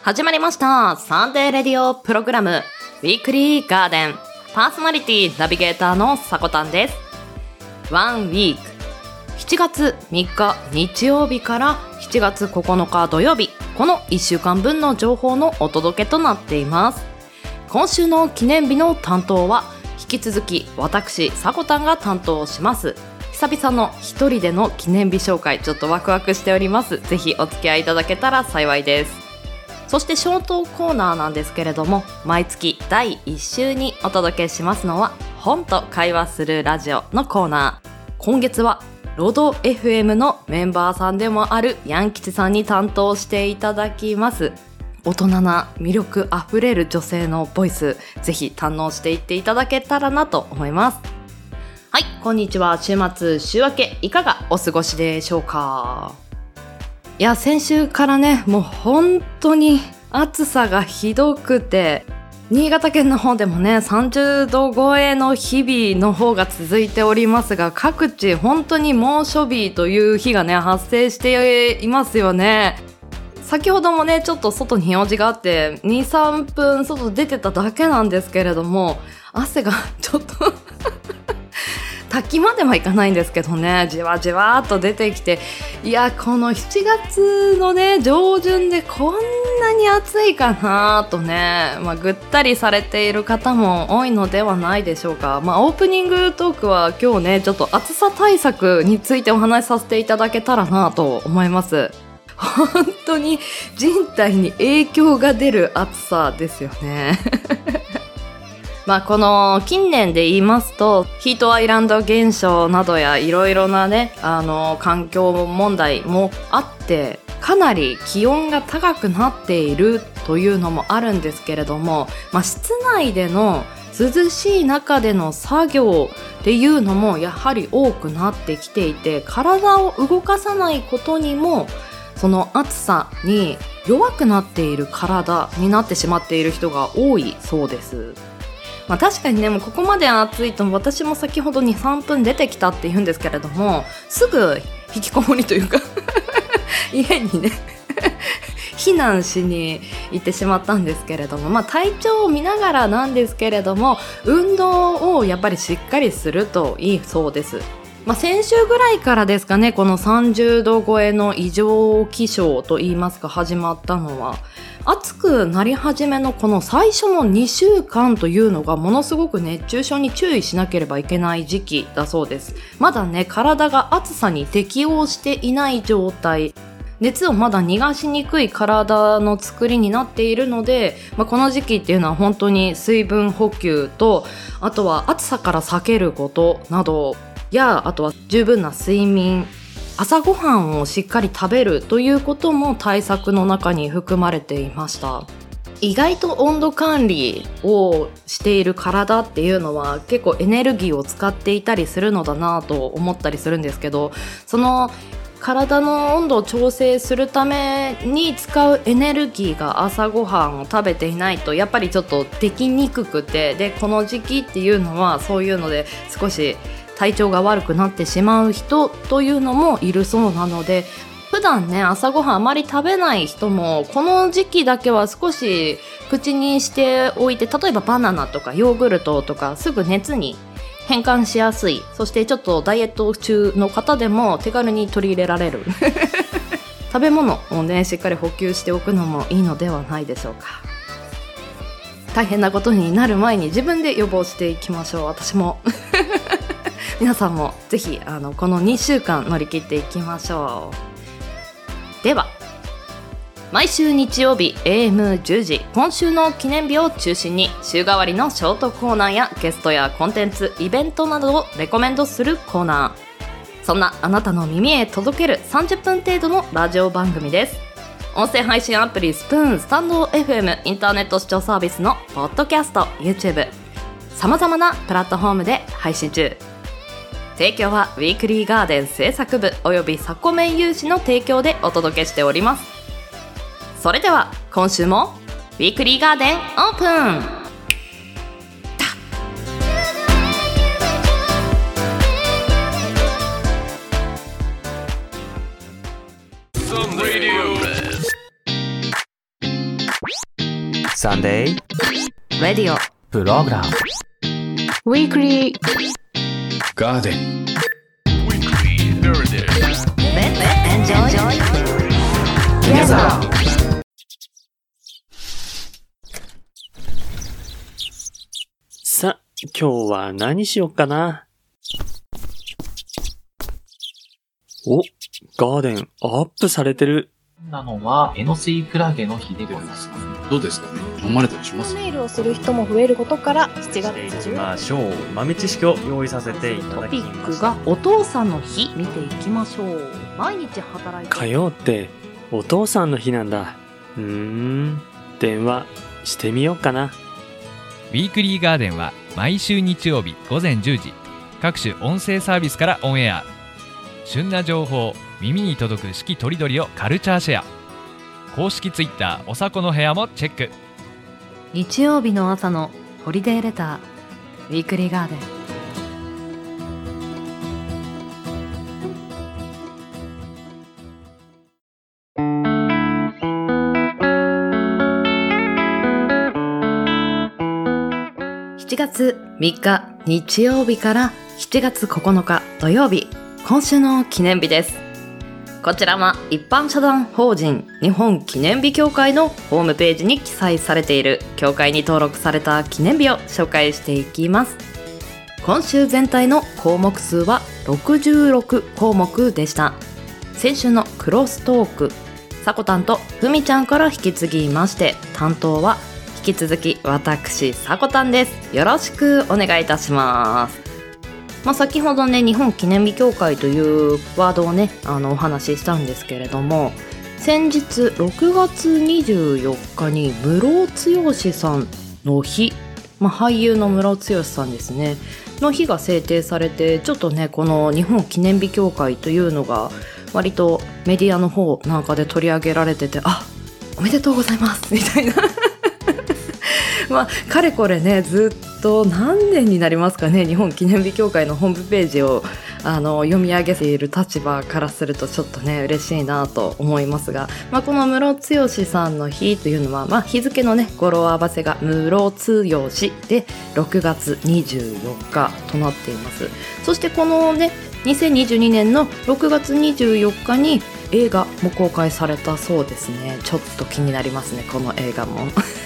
始まりましたサンデーレディオプログラムウィークリーガーデン、パーソナリティナビゲーターのさこたんです。ワンウィーク、7月3日日曜日から7月9日土曜日、この1週間分の情報のお届けとなっています。今週の記念日の担当は引き続き私さこたんが担当します。久々の一人での記念日紹介、ちょっとワクワクしております。ぜひお付き合いいただけたら幸いです。そしてショートコーナーなんですけれども、毎月第1週にお届けしますのは本と会話するラジオのコーナー。今月はロド FM のメンバーさんでもあるヤン吉さんに担当していただきます。大人な魅力あふれる女性のボイス、ぜひ堪能していっていただけたらなと思います。はい、こんにちは。週末週明けいかがお過ごしでしょうか。いや、先週からね、もう本当に暑さがひどくて、新潟県の方でもね30度超えの日々の方が続いておりますが、各地本当に猛暑日という日がね発生していますよね。先ほどもねちょっと外に用事があって 2,3 分外出てただけなんですけれども、汗がちょっと滝まではいかないんですけどね、じわじわっと出てきて、いや、この7月のね上旬でこんなに暑いかなとね、ぐったりされている方も多いのではないでしょうか。オープニングトークは今日ねちょっと暑さ対策についてお話しさせていただけたらなと思います。本当に人体に影響が出る暑さですよねこの近年で言いますとヒートアイランド現象などやいろいろなね環境問題もあってかなり気温が高くなっているというのもあるんですけれども、室内での涼しい中での作業っていうのもやはり多くなってきていて、体を動かさないことにもその暑さに弱くなっている体になってしまっている人が多いそうです。確かにね、もうここまで暑いと私も先ほど 2,3 分出てきたって言うんですけれども、すぐ引きこもりというか家にね避難しに行ってしまったんですけれども、体調を見ながらなんですけれども、運動をやっぱりしっかりするといいそうです。先週ぐらいからですかね、この30度超えの異常気象といいますか始まったのは、暑くなり始めのこの最初の2週間というのがものすごく熱中症に注意しなければいけない時期だそうです。まだね体が暑さに適応していない状態、熱をまだ逃がしにくい体の作りになっているので、この時期っていうのは本当に水分補給と、あとは暑さから避けることなどや、あとは十分な睡眠、朝ごはんをしっかり食べるということも対策の中に含まれていました。意外と温度管理をしている体っていうのは結構エネルギーを使っていたりするのだなと思ったりするんですけど、その体の温度を調整するために使うエネルギーが朝ごはんを食べていないとやっぱりちょっとできにくくて、でこの時期っていうのはそういうので少し体調が悪くなってしまう人というのもいるそうなので、普段ね朝ごはんあまり食べない人もこの時期だけは少し口にしておいて、例えばバナナとかヨーグルトとかすぐ熱に変換しやすい、そしてちょっとダイエット中の方でも手軽に取り入れられる食べ物をねしっかり補給しておくのもいいのではないでしょうか。大変なことになる前に自分で予防していきましょう。私も皆さんもぜひこの2週間乗り切っていきましょう。では毎週日曜日 AM10 時、今週の記念日を中心に週替わりのショートコーナーやゲストやコンテンツ、イベントなどをレコメンドするコーナー。そんなあなたの耳へ届ける30分程度のラジオ番組です。音声配信アプリスプーン、スタンド FM、インターネット視聴サービスのポッドキャスト、YouTube、さまざまなプラットフォームで配信中。提供はウィークリーガーデン制作部およびサコメン有志の提供でお届けしております。それでは今週もウィークリーガーデンオープン。 Sunday Radio プログラム Weekly Garden Weekly Garden Let's enjoy together. さ、今日は何しよっかな。お、ガーデンアップされてる。 なのは、エノスイクラゲの日でございます。 どうですかね、飲まれたりします？ ネイルをする人も増えることから7月していきましょう。豆知識を用意させていただきました。 トピックがお父さんの日見ていきましょう。毎日働いて火曜ってお父さんの日なんだ。電話してみようかな。 ウィークリーガーデンは毎週日曜日午前10時各種音声サービスからオンエア。旬な情報、耳に届く四季とりどりをカルチャーシェア。公式ツイッターおさこの部屋もチェック。 日曜日の朝のホリデーレターウィークリーガーデン。7月3日日曜日から7月9日土曜日、今週の記念日です。こちらは一般社団法人日本記念日協会のホームページに記載されている協会に登録された記念日を紹介していきます。今週全体の項目数は66項目でした。先週のクロストーク、さこたんとふみちゃんから引き継ぎまして、担当は引き続き私さこたんです。よろしくお願いいたします。先ほどね、日本記念日協会というワードをね、お話ししたんですけれども、先日6月24日にムロツヨシさんの日、俳優のムロツヨシさんですねの日が制定されて、ちょっとねこの日本記念日協会というのが割とメディアの方なんかで取り上げられてて、おめでとうございますみたいなかれこれね、ずっと何年になりますかね、日本記念日協会のホームページを読み上げている立場からするとちょっとね嬉しいなと思いますが、このムロツヨシさんの日というのは、日付のね語呂合わせがムロツヨシで6月24日となっています。そしてこのね2022年の6月24日に映画も公開されたそうですね。ちょっと気になりますね、この映画も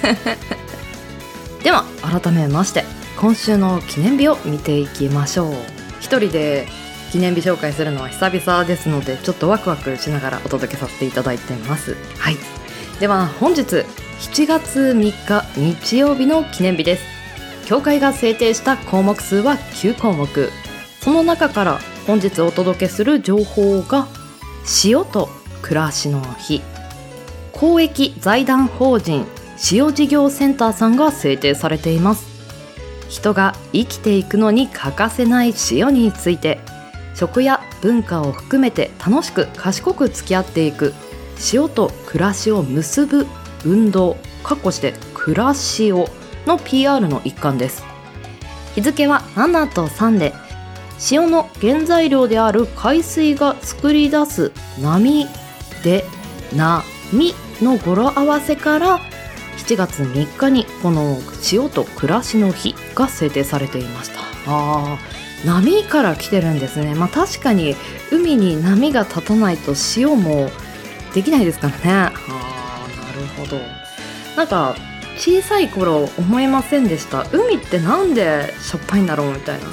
では改めまして今週の記念日を見ていきましょう。一人で記念日紹介するのは久々ですので、ちょっとワクワクしながらお届けさせていただいてます。はい、では本日7月3日日曜日の記念日です。協会が制定した項目数は9項目。その中から本日お届けする情報が塩と暮らしの日、公益財団法人塩事業センターさんが制定されています。人が生きていくのに欠かせない塩について、食や文化を含めて楽しく賢く付き合っていく塩と暮らしを結ぶ運動して暮らしをの PR の一環です。日付は7と3で、塩の原材料である海水が作り出す波で波の語呂合わせから7月3日にこの塩と暮らしの日が制定されていました。波から来てるんですね。確かに海に波が立たないと塩もできないですからね。なるほど。なんか小さい頃思いませんでした？海ってなんでしょっぱいんだろうみたいな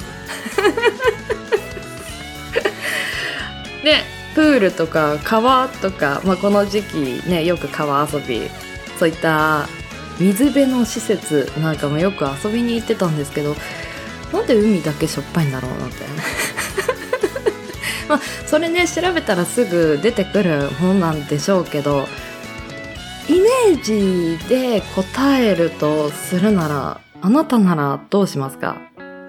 でプールとか川とか、この時期ねよく川遊び、そういった水辺の施設なんかもよく遊びに行ってたんですけど、なんで海だけしょっぱいんだろうなってそれね調べたらすぐ出てくるものなんでしょうけど、イメージで答えるとするなら、あなたならどうしますか？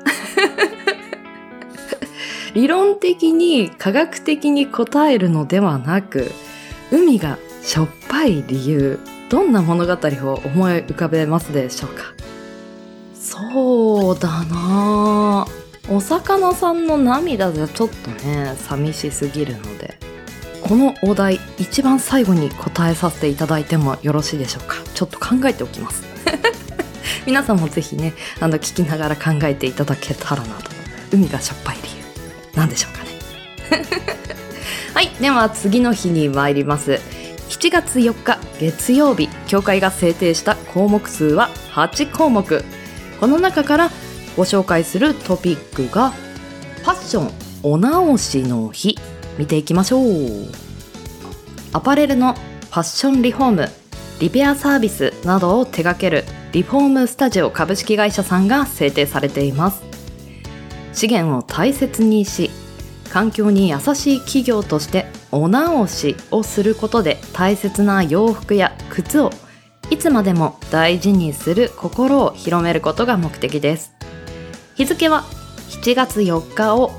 理論的に科学的に答えるのではなく、海がしょっぱい理由、どんな物語を思い浮かべますでしょうか？そうだな、お魚さんの涙じゃちょっとね寂しすぎるので、このお題一番最後に答えさせていただいてもよろしいでしょうか？ちょっと考えておきます皆さんもぜひね聞きながら考えていただけたらなと。海がしょっぱい理由なんでしょうかねはい、では次の日に参ります。7月4日月曜日、協会が制定した項目数は8項目。この中からご紹介するトピックがファッションお直しの日。見ていきましょう。アパレルのファッションリフォーム、リペアサービスなどを手掛けるリフォームスタジオ株式会社さんが制定されています。資源を大切にし、環境に優しい企業としてお直しをすることで大切な洋服や靴をいつまでも大事にする心を広めることが目的です。日付は7月4日を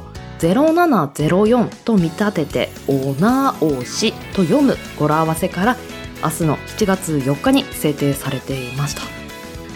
0704と見立ててお直しと読む語呂合わせから明日の7月4日に制定されていました。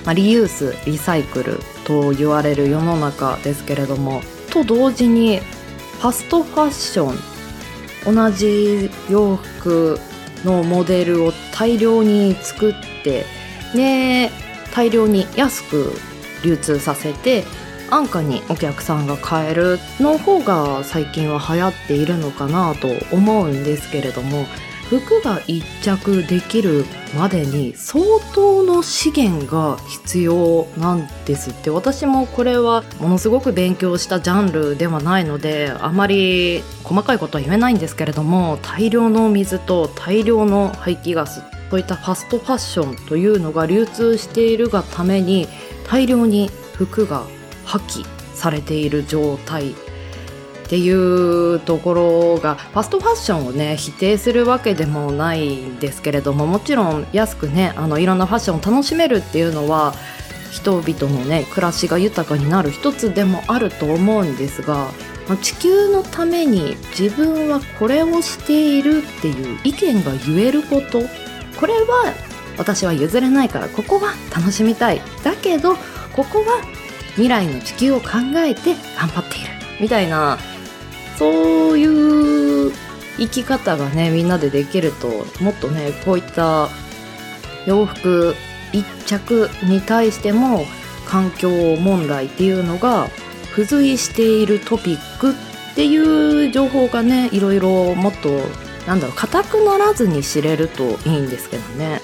リユースリサイクルと言われる世の中ですけれども、と同時にファストファッション、同じ洋服のモデルを大量に作ってで大量に安く流通させて安価にお客さんが買えるの方が最近は流行っているのかなと思うんですけれども、服が一着できるまでに相当の資源が必要なんですって。私もこれはものすごく勉強したジャンルではないのであまり細かいことは言えないんですけれども、大量の水と大量の排気ガス、そういったファストファッションというのが流通しているがために大量に服が破棄されている状態っていうところが、ファストファッションをね否定するわけでもないんですけれども、もちろん安くねいろんなファッションを楽しめるっていうのは人々のね暮らしが豊かになる一つでもあると思うんですが、地球のために自分はこれをしているっていう意見が言えること、これは私は譲れないからここは楽しみたい、だけどここは未来の地球を考えて頑張っているみたいな、そういう生き方がねみんなでできると、もっとねこういった洋服一着に対しても環境問題っていうのが付随しているトピックっていう情報がねいろいろもっと固くならずに知れるといいんですけどね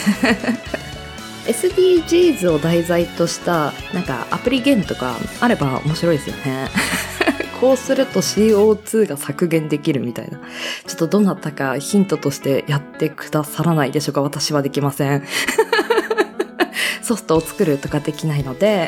SDGs を題材としたアプリゲームとかあれば面白いですよねこうすると CO2 が削減できるみたいな、ちょっとどなたかヒントとしてやってくださらないでしょうか。私はできませんソフトを作るとかできないので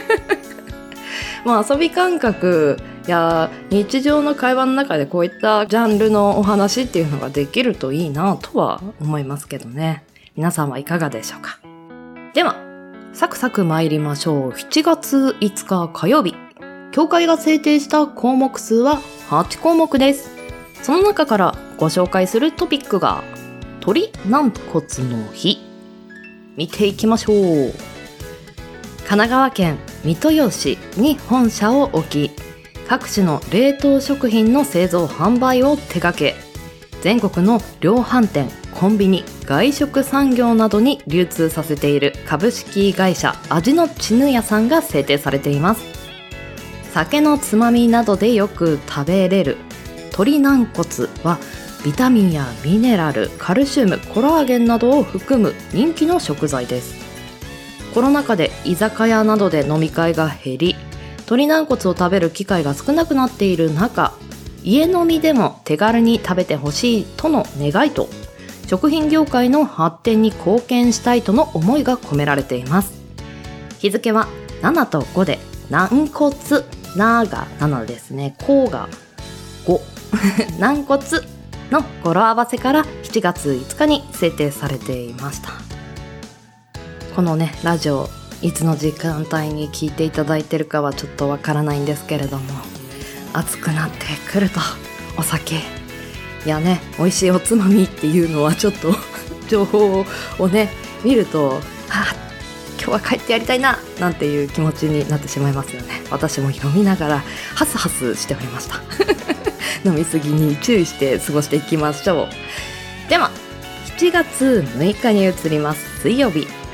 遊び感覚や日常の会話の中でこういったジャンルのお話っていうのができるといいなとは思いますけどね。皆さんはいかがでしょうか。ではサクサク参りましょう。7月5日火曜日、協会が制定した項目数は8項目です。その中からご紹介するトピックが鶏軟骨の日。見ていきましょう。神奈川県三豊市に本社を置き、各種の冷凍食品の製造販売を手掛け、全国の量販店、コンビニ、外食産業などに流通させている株式会社味のちぬやさんが制定されています。酒のつまみなどでよく食べれる鶏軟骨はビタミンやミネラル、カルシウム、コラーゲンなどを含む人気の食材です。コロナ禍で居酒屋などで飲み会が減り、鶏軟骨を食べる機会が少なくなっている中、家飲みでも手軽に食べてほしいとの願いと、食品業界の発展に貢献したいとの思いが込められています。日付は7と5で軟骨、なが7ですね、こが5軟骨の語呂合わせから7月5日に制定されていました。このねラジオいつの時間帯に聞いていただいてるかはちょっとわからないんですけれども、暑くなってくるとお酒やね美味しいおつまみっていうのはちょっと情報をね見ると、今日は帰ってやりたいななんていう気持ちになってしまいますよね。私も飲みながらハスハスしておりました飲みすぎに注意して過ごしていきましょう。では7月6日に移ります。水曜日、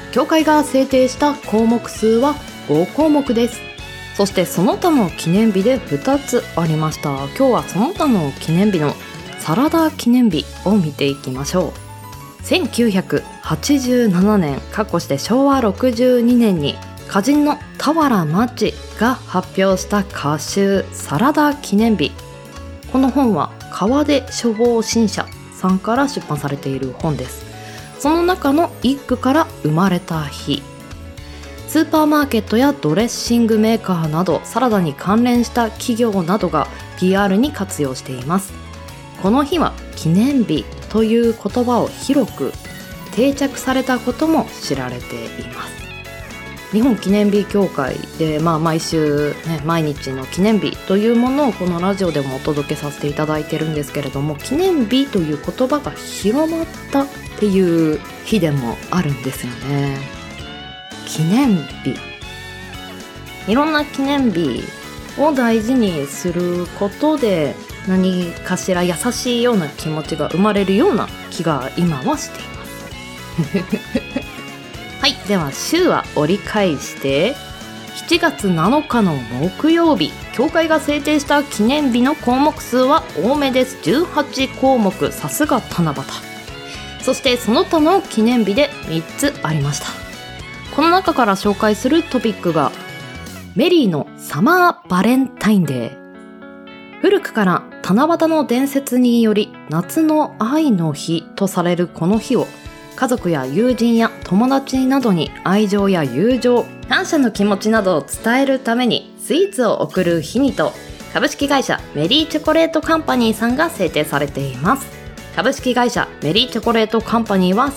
協会が制定した項目数は5項目です。そしてその他の記念日で2つありました。今日はその他の記念日のサラダ記念日を見ていきましょう。1987年昭和62年に歌人の俵万が発表した歌集サラダ記念日。この本は川出書房新社さんから出版されている本です。その中の一句から生まれた日。スーパーマーケットやドレッシングメーカーなどサラダに関連した企業などが PR に活用しています。この日は記念日という言葉を広く定着されたことも知られています。日本記念日協会で、毎週、毎日の記念日というものをこのラジオでもお届けさせていただいてるんですけれども、記念日という言葉が広まったっていう日でもあるんですよね。記念日、いろんな記念日を大事にすることで何かしら優しいような気持ちが生まれるような気が今はしていますはい、では週は折り返して7月7日の木曜日、協会が制定した記念日の項目数は多めです。18項目、さすが七夕。そしてその他の記念日で3つありました。この中から紹介するトピックがメリーのサマーバレンタインデー。古くから七夕の伝説により夏の愛の日とされるこの日を、家族や友人や友達などに愛情や友情、感謝の気持ちなどを伝えるためにスイーツを贈る日にと、株式会社メリーチョコレートカンパニーさんが制定されています。株式会社メリーチョコレートカンパニーは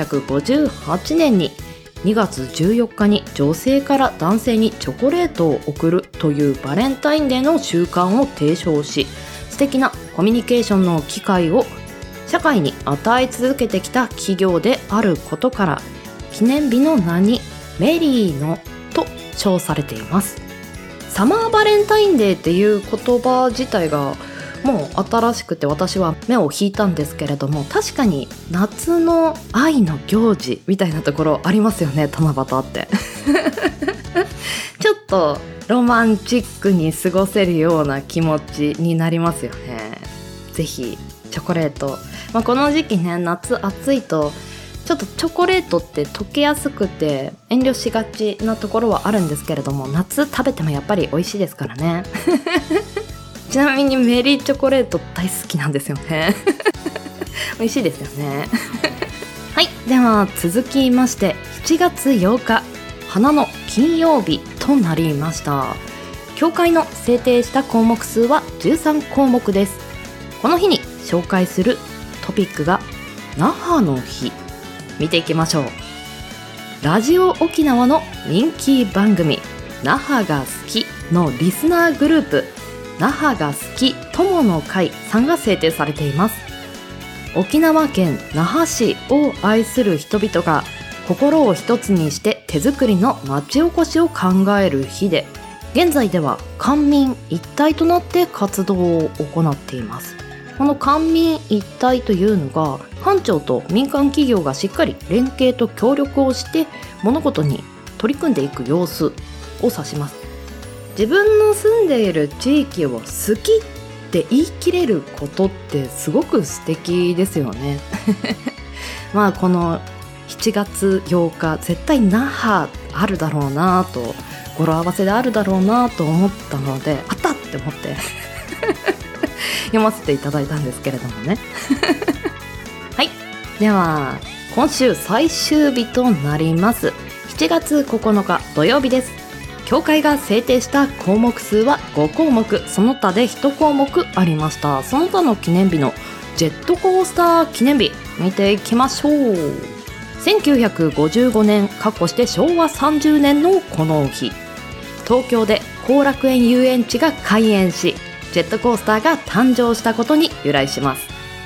1958年に2月14日に女性から男性にチョコレートを贈るというバレンタインデーの習慣を提唱し、素敵なコミュニケーションの機会を社会に与え続けてきた企業であることから、記念日の名にメリーのと称されています。サマーバレンタインデーっていう言葉自体がもう新しくて私は目を引いたんですけれども、確かに夏の愛の行事みたいなところありますよね、七夕ってちょっとロマンチックに過ごせるような気持ちになりますよね。ぜひチョコレート、この時期ね、夏暑いとちょっとチョコレートって溶けやすくて遠慮しがちなところはあるんですけれども、夏食べてもやっぱり美味しいですからねちなみにメリーチョコレート大好きなんですよね美味しいですよねはい、では続きまして7月8日、花の金曜日となりました。協会の制定した項目数は13項目です。この日に紹介するトピックが那覇の日。見ていきましょう。ラジオ沖縄の人気番組那覇が好きのリスナーグループ那覇が好き友の会さんが制定されています。沖縄県那覇市を愛する人々が心を一つにして手作りの町おこしを考える日で、現在では官民一体となって活動を行っています。この官民一体というのが、官庁と民間企業がしっかり連携と協力をして物事に取り組んでいく様子を指します。自分の住んでいる地域を好きって言い切れることってすごく素敵ですよねこの7月8日絶対那覇あるだろうなと、語呂合わせであるだろうなと思ったので、あったって思って読ませていただいたんですけれどもねはい、では今週最終日となります7月9日土曜日です。協会が制定した項目数は5項目、その他で1項目ありました。その他の記念日のジェットコースター記念日見ていきましょう。1955年昭和30年のこの日、東京で後楽園遊園地が開園し、ジェットコースターが誕生したことに由来します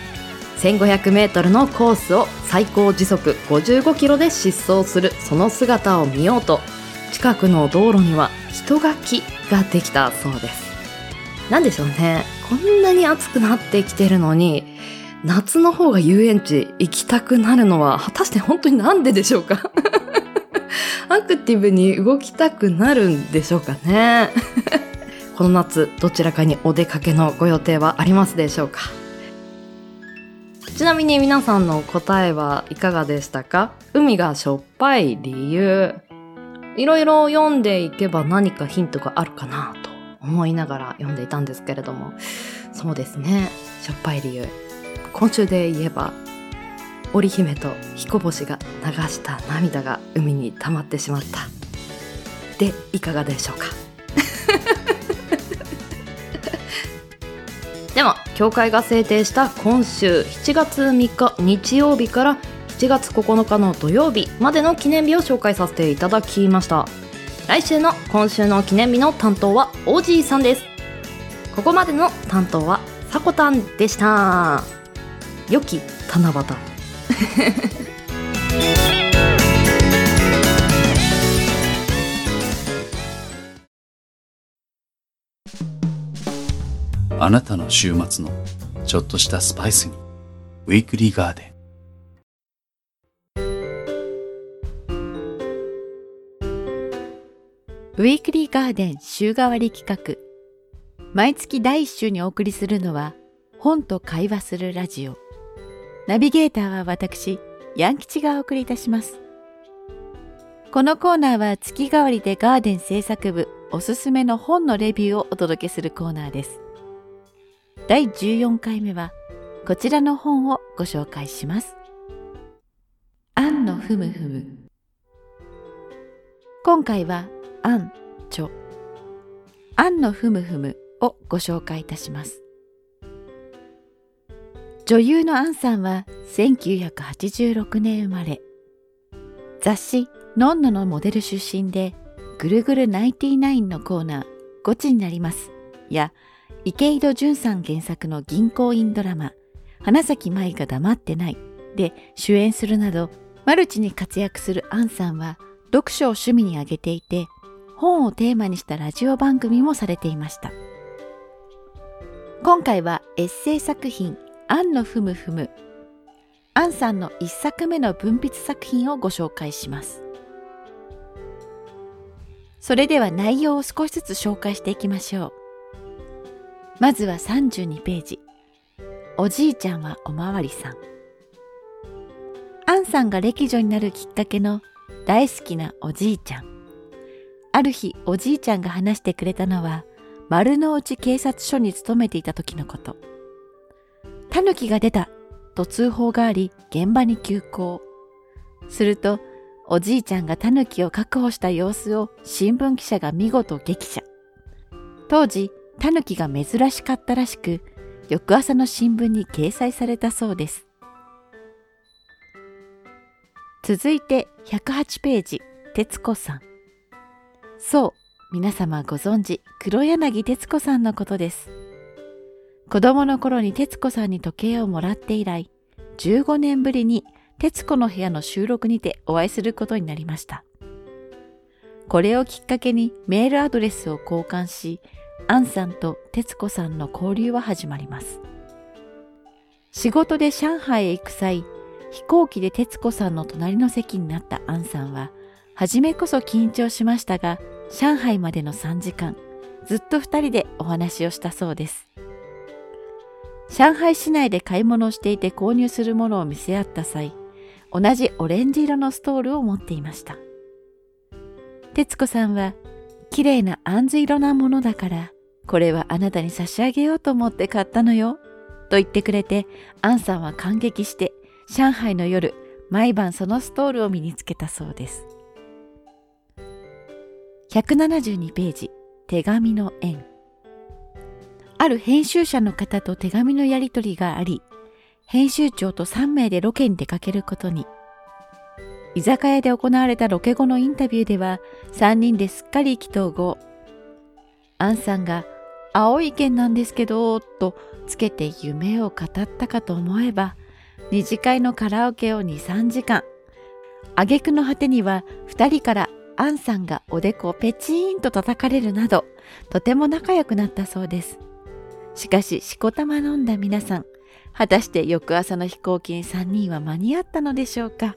。1500メートルのコースを最高時速55キロで疾走するその姿を見ようと、近くの道路には人垣ができたそうです。なんでしょうね、こんなに暑くなってきてるのに、 夏の方が遊園地行きたくなるのは果たして本当になんででしょうかアクティブに動きたくなるんでしょうかねこの夏どちらかにお出かけのご予定はありますでしょうか。ちなみに皆さんの答えはいかがでしたか？海がしょっぱい理由。いろいろ読んでいけば何かヒントがあるかなと思いながら読んでいたんですけれども、そうですね、しょっぱい理由。今週で言えば、織姫と彦星が流した涙が海に溜まってしまった。で、いかがでしょうか？では、協会が制定した今週7月3日日曜日から7月9日の土曜日までの記念日を紹介させていただきました。来週の今週の記念日の担当はおじいさんです。ここまでの担当はさこたんでした。良き七夕あなたの週末のちょっとしたスパイスにウィークリーガーデン。 ウィークリーガーデン週替わり企画。毎月第1週にお送りするのは本と会話するラジオ。ナビゲーターは私、ヤン吉がお送りいたします。このコーナーは月替わりでガーデン制作部おすすめの本のレビューをお届けするコーナーです。第14回目はこちらの本をご紹介します。アンのふむふむ。今回はアン・チョ、アンのふむふむをご紹介いたします。女優のアンさんは1986年生まれ。雑誌ノンノのモデル出身で、ぐるぐる99のコーナーゴチになりますや、池井戸潤さん原作の銀行員ドラマ花咲舞が黙ってないで主演するなど、マルチに活躍するアンさんは読書を趣味に挙げていて、本をテーマにしたラジオ番組もされていました。今回はエッセイ作品アンのふむふむ。アンさんの一作目の文筆作品をご紹介します。それでは内容を少しずつ紹介していきましょう。まずは32ページ。おじいちゃんはおまわりさん。アンさんが歴女になるきっかけの大好きなおじいちゃん。ある日おじいちゃんが話してくれたのは、丸の内警察署に勤めていた時のこと。タヌキが出たと通報があり、現場に急行。するとおじいちゃんがタヌキを確保した様子を新聞記者が見事激写。当時タヌキが珍しかったらしく、翌朝の新聞に掲載されたそうです。続いて108ページ、徹子さん。そう、皆様ご存知、黒柳徹子さんのことです。子供の頃に徹子さんに時計をもらって以来、15年ぶりに徹子の部屋の収録にてお会いすることになりました。これをきっかけにメールアドレスを交換し、アンさんと徹子さんの交流は始まります。仕事で上海へ行く際、飛行機で徹子さんの隣の席になったアンさんは、初めこそ緊張しましたが、上海までの3時間、ずっと2人でお話をしたそうです。上海市内で買い物をしていて購入するものを見せ合った際、同じオレンジ色のストールを持っていました。徹子さんは、綺麗な杏色なものだから、これはあなたに差し上げようと思って買ったのよ、と言ってくれて、アンさんは感激して、上海の夜、毎晩そのストールを身につけたそうです。172ページ、手紙の縁。ある編集者の方と手紙のやり取りがあり、編集長と3名でロケに出かけることに。居酒屋で行われたロケ後のインタビューでは、3人ですっかり意気投合。アンさんが、青い剣なんですけど、とつけて夢を語ったかと思えば、二次会のカラオケを2、3時間。挙句の果てには、2人からアンさんがおでこをペチーンと叩かれるなど、とても仲良くなったそうです。しかし、しこたま飲んだ皆さん、 果たして翌朝の飛行機に3人は間に合ったのでしょうか。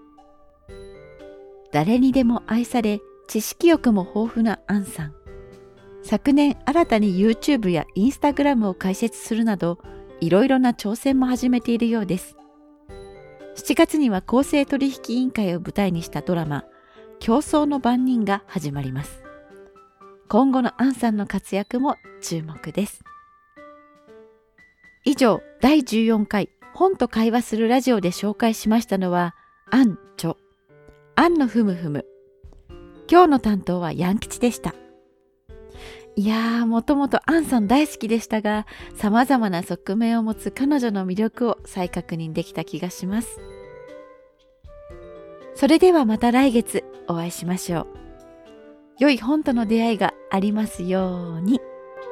誰にでも愛され、知識欲も豊富なアンさん。昨年新たに YouTube や Instagram を開設するなど、いろいろな挑戦も始めているようです。7月には公正取引委員会を舞台にしたドラマ、競争の番人が始まります。今後のアンさんの活躍も注目です。以上、第14回本と会話するラジオで紹介しましたのは、アンチョ、アンのふむふむ。今日の担当はヤン吉でした。いやー、もともとアンさん大好きでしたが、様々な側面を持つ彼女の魅力を再確認できた気がします。それではまた来月お会いしましょう。良い本との出会いがありますように。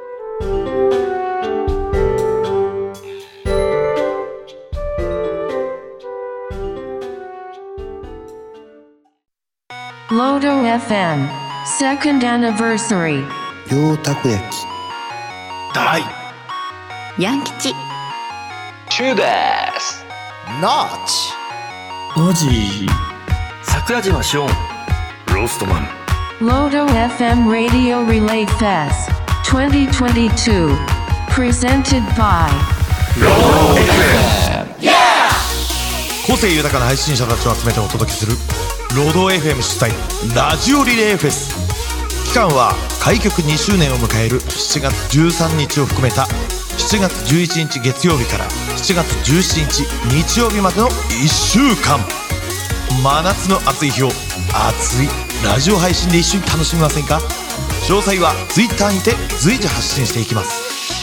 ロード FM Second Anniversary 両たこ焼き大ヤン吉チューですナッチマジ桜島シオンローストマンロード FM Radio Relay Fest 2022 Presented by ロード FM 個性豊かな配信者たちを集めてお届けするロード FM 主催ラジオリレーフェス。期間は開局2周年を迎える7月13日を含めた7月11日月曜日から7月17日日曜日までの1週間。真夏の暑い日を熱いラジオ配信で一緒に楽しみませんか。詳細は Twitter にて随時発信していきます。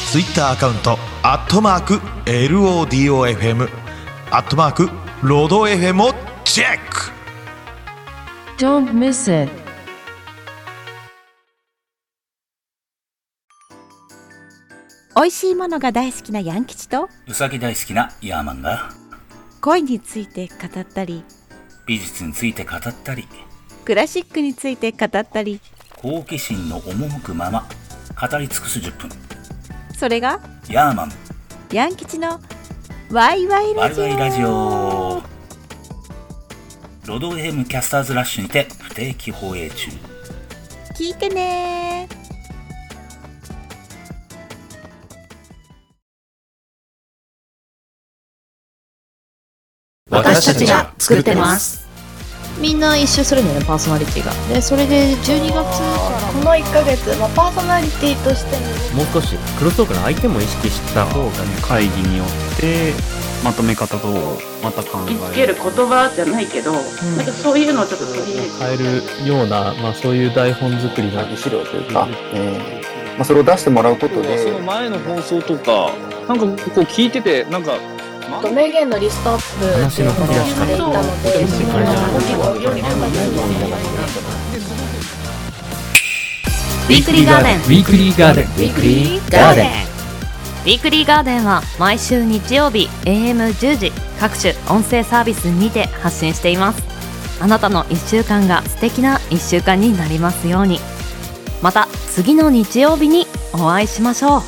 Twitter アカウント@LODOFMロード FM をチェック。 Don't miss it。 美味しいものが大好きなヤン吉とうさぎ大好きなヤーマンが恋について語ったり、 美術について語ったり、 クラシックについて語ったり、 好奇心の赴くまま語り尽くす10分。 それがヤーマンヤン吉のワイワイラジオ。 ワイワイラジオ。ロド FM キャスターズラッシュにて不定期放映中。 聞いてねー。 私たちが作ってます。みんな一周するんだよね、パーソナリティが。でそれで12月からこの1ヶ月、パーソナリティとしてもう少しクロストークの相手も意識した方がね、 会議によってまとめ方とまた考え見つける言葉じゃないけど、なんかそういうのをちょっと取り入れて変えるような、そういう台本作りの資料というか、 それを出してもらうことで、 その前の放送とかなんかこう聞いてて、なんか名言のリストアップ話の書き出し方していたので、 ウィークリーガーデン、 ウィークリーガーデン、 ウィークリーガーデン。ウィークリーガーデンは毎週日曜日 AM10 時各種音声サービスにて発信しています。あなたの1週間が素敵な1週間になりますように。また次の日曜日にお会いしましょう。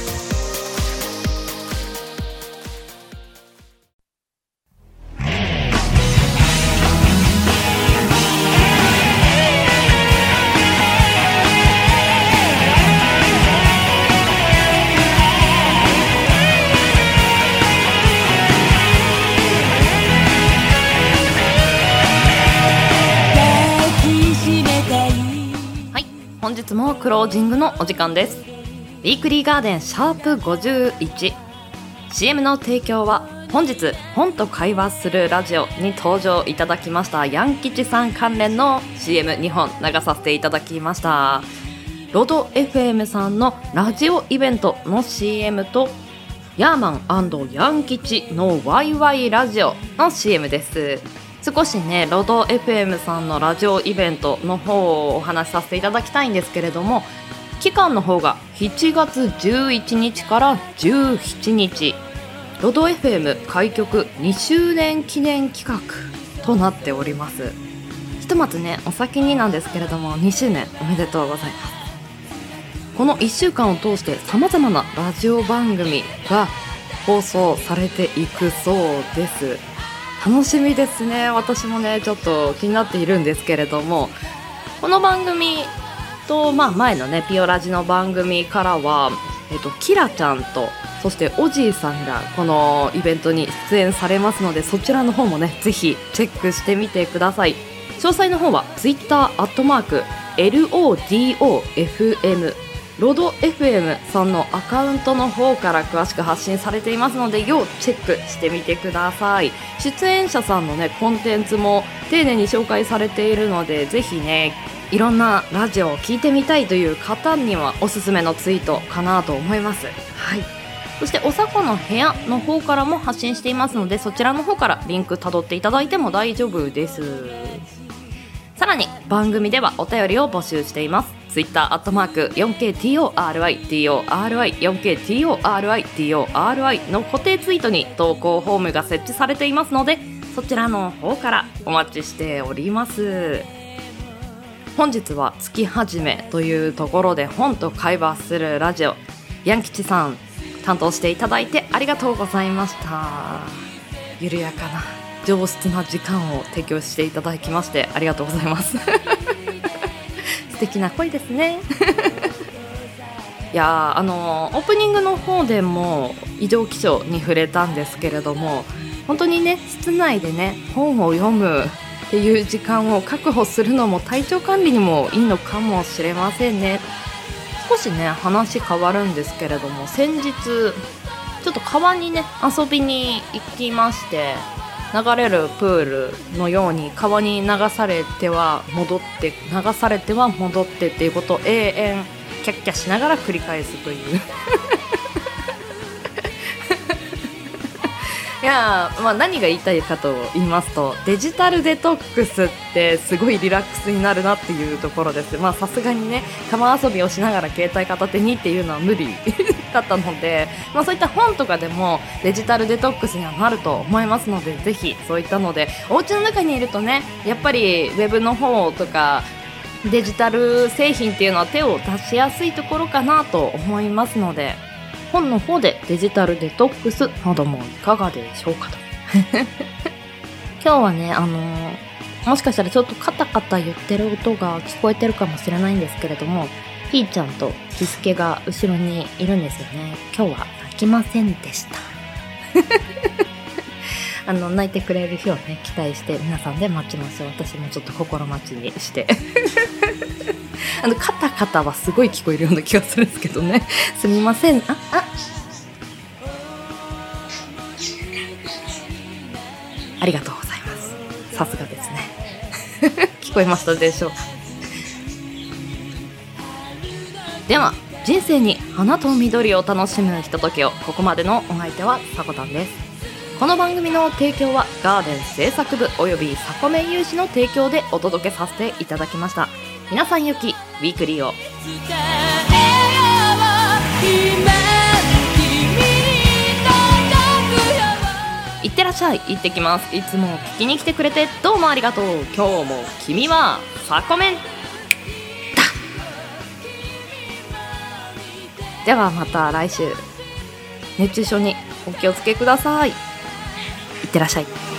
本日もクロージングのお時間です。ウィークリーガーデンシャープ51。 CM の提供は本日本と会話するラジオに登場いただきましたヤン吉さん関連の CM2 本流させていただきました。ロド FM さんのラジオイベントの CM とヤーマン&ヤン吉のワイワイラジオの CM です。少しね、ロド FM さんのラジオイベントの方をお話しさせていただきたいんですけれども、期間の方が7月11日から17日、ロド FM 開局2周年記念企画となっております。ひとまずね、お先になんですけれども、2周年おめでとうございます。この1週間を通して様々なラジオ番組が放送されていくそうです。楽しみですね。私もねちょっと気になっているんですけれども、この番組と、前のねピオラジの番組からは、キラちゃんとそしておじいさんがこのイベントに出演されますので、そちらの方もねぜひチェックしてみてください。詳細の方は Twitter@LODOFM ロド FM さんのアカウントの方から詳しく発信されていますので、要チェックしてみてください。出演者さんのねコンテンツも丁寧に紹介されているので、ぜひねいろんなラジオを聞いてみたいという方にはおすすめのツイートかなと思います。はい。そしておさこの部屋の方からも発信していますので、そちらの方からリンク辿っていただいても大丈夫です。さらに番組ではお便りを募集しています。Twitter@4KTORI4KTORI の固定ツイートに投稿フォームが設置されていますので、そちらの方からお待ちしております。本日は月始めというところで本と会話するラジオ、ヤン吉さん担当していただいてありがとうございました。緩やかな上質な時間を提供していただきましてありがとうございます素敵な声ですねいやオープニングの方でも異常気象に触れたんですけれども、本当にね室内でね本を読むっていう時間を確保するのも体調管理にもいいのかもしれませんね。少しね話変わるんですけれども、先日ちょっと川にね遊びに行きまして、流れるプールのように川に流されては戻って流されては戻ってっていうことを永遠キャッキャしながら繰り返すといういや何が言いたいかと言いますと、デジタルデトックスってすごいリラックスになるなっていうところです。さすがにね川遊びをしながら携帯片手にっていうのは無理だったので、そういった本とかでもデジタルデトックスにはなると思いますので、ぜひそういったのでお家の中にいるとね、やっぱりウェブの方とかデジタル製品っていうのは手を出しやすいところかなと思いますので、本の方でデジタルデトックスなどもいかがでしょうかと今日はねもしかしたらちょっとカタカタ言ってる音が聞こえてるかもしれないんですけれども、ピーちゃんとキスケが後ろにいるんですよね。今日は泣きませんでした泣いてくれる日をね期待して皆さんで待ちましょう。私もちょっと心待ちにしてカタカタはすごい聞こえるような気がするんですけどねすみません。ありがとうございます。さすがですね聞こえましたでしょうか。では人生に花と緑を楽しむひとときを、ここまでのお相手はさこたんです。この番組の提供はガーデン製作部およびサコメ有志の提供でお届けさせていただきました。皆さんよきウィークリーを。いってらっしゃい。行ってきます。いつも聞きに来てくれてどうもありがとう。今日も君はサコメンだ。ではまた来週。熱中症にお気をつけください。いってらっしゃい。